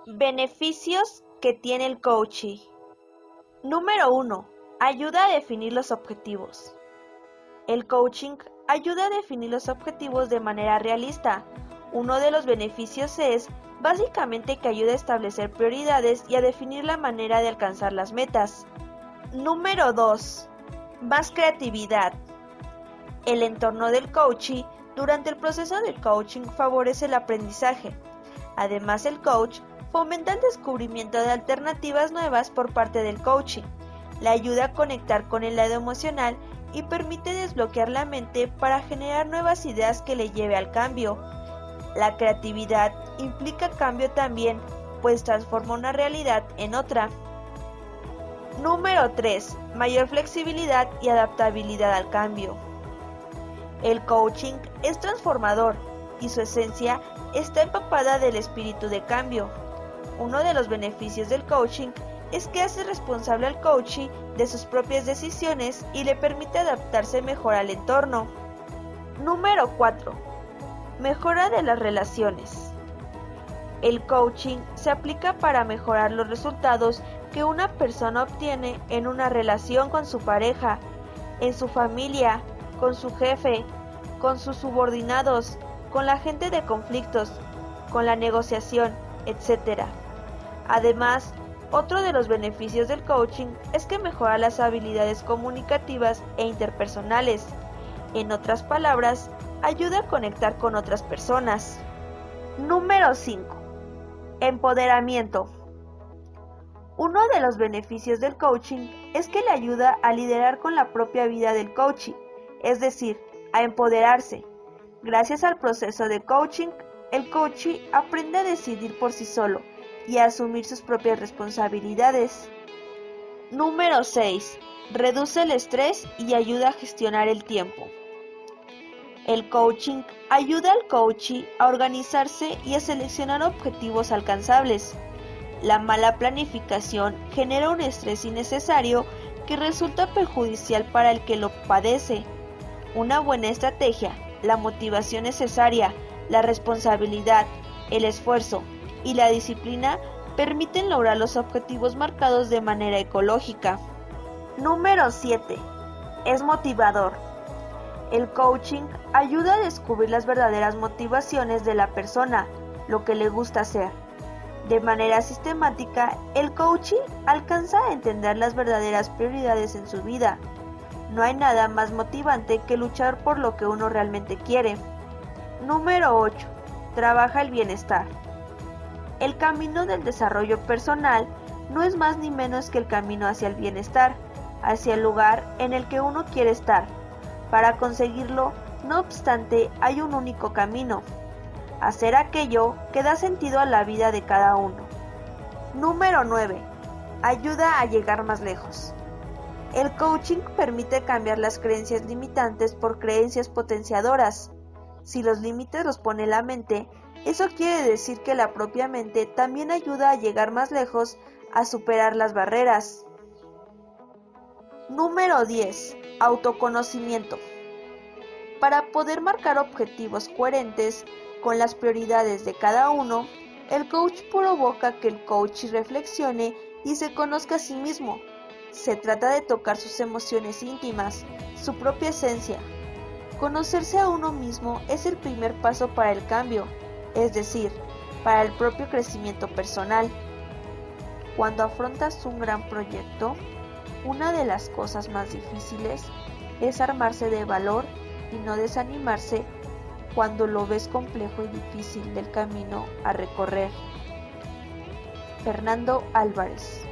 Beneficios que tiene el coaching. Número 1. Ayuda a definir los objetivos. El coaching ayuda a definir los objetivos de manera realista. Uno de los beneficios es, básicamente, que ayuda a establecer prioridades y a definir la manera de alcanzar las metas. Número 2. Más creatividad. El entorno del coaching durante el proceso del coaching favorece el aprendizaje. Además, el coach fomenta el descubrimiento de alternativas nuevas por parte del coaching, le ayuda a conectar con el lado emocional y permite desbloquear la mente para generar nuevas ideas que le lleve al cambio. La creatividad implica cambio también, pues transforma una realidad en otra. Número 3. Mayor flexibilidad y adaptabilidad al cambio. El coaching es transformador y su esencia está empapada del espíritu de cambio. Uno de los beneficios del coaching es que hace responsable al coachee de sus propias decisiones y le permite adaptarse mejor al entorno. Número 4. Mejora de las relaciones. El coaching se aplica para mejorar los resultados que una persona obtiene en una relación con su pareja, en su familia, con su jefe, con sus subordinados, con la gente de conflictos, con la negociación, etc. Además, otro de los beneficios del coaching es que mejora las habilidades comunicativas e interpersonales. En otras palabras, ayuda a conectar con otras personas. Número 5. Empoderamiento. Uno de los beneficios del coaching es que le ayuda a liderar con la propia vida del coachee, es decir, a empoderarse. Gracias al proceso de coaching, el coachee aprende a decidir por sí solo y a asumir sus propias responsabilidades. Número 6. Reduce el estrés y ayuda a gestionar el tiempo. El coaching ayuda al coachee a organizarse y a seleccionar objetivos alcanzables. La mala planificación genera un estrés innecesario que resulta perjudicial para el que lo padece. Una buena estrategia, la motivación necesaria, la responsabilidad, el esfuerzo y la disciplina permiten lograr los objetivos marcados de manera ecológica. Número 7. Es motivador. El coaching ayuda a descubrir las verdaderas motivaciones de la persona, lo que le gusta hacer. De manera sistemática, el coaching alcanza a entender las verdaderas prioridades en su vida. No hay nada más motivante que luchar por lo que uno realmente quiere. Número 8. Trabaja el bienestar. El camino del desarrollo personal no es más ni menos que el camino hacia el bienestar, hacia el lugar en el que uno quiere estar. Para conseguirlo, no obstante, hay un único camino: hacer aquello que da sentido a la vida de cada uno. Número 9. Ayuda a llegar más lejos. El coaching permite cambiar las creencias limitantes por creencias potenciadoras. Si los límites los pone la mente, eso quiere decir que la propia mente también ayuda a llegar más lejos, a superar las barreras. Número 10. Autoconocimiento. Para poder marcar objetivos coherentes con las prioridades de cada uno, el coach provoca que el coach reflexione y se conozca a sí mismo. Se trata de tocar sus emociones íntimas, su propia esencia. Conocerse a uno mismo es el primer paso para el cambio, es decir, para el propio crecimiento personal. Cuando afrontas un gran proyecto, una de las cosas más difíciles es armarse de valor y no desanimarse cuando lo ves complejo y difícil del camino a recorrer. Fernando Álvarez.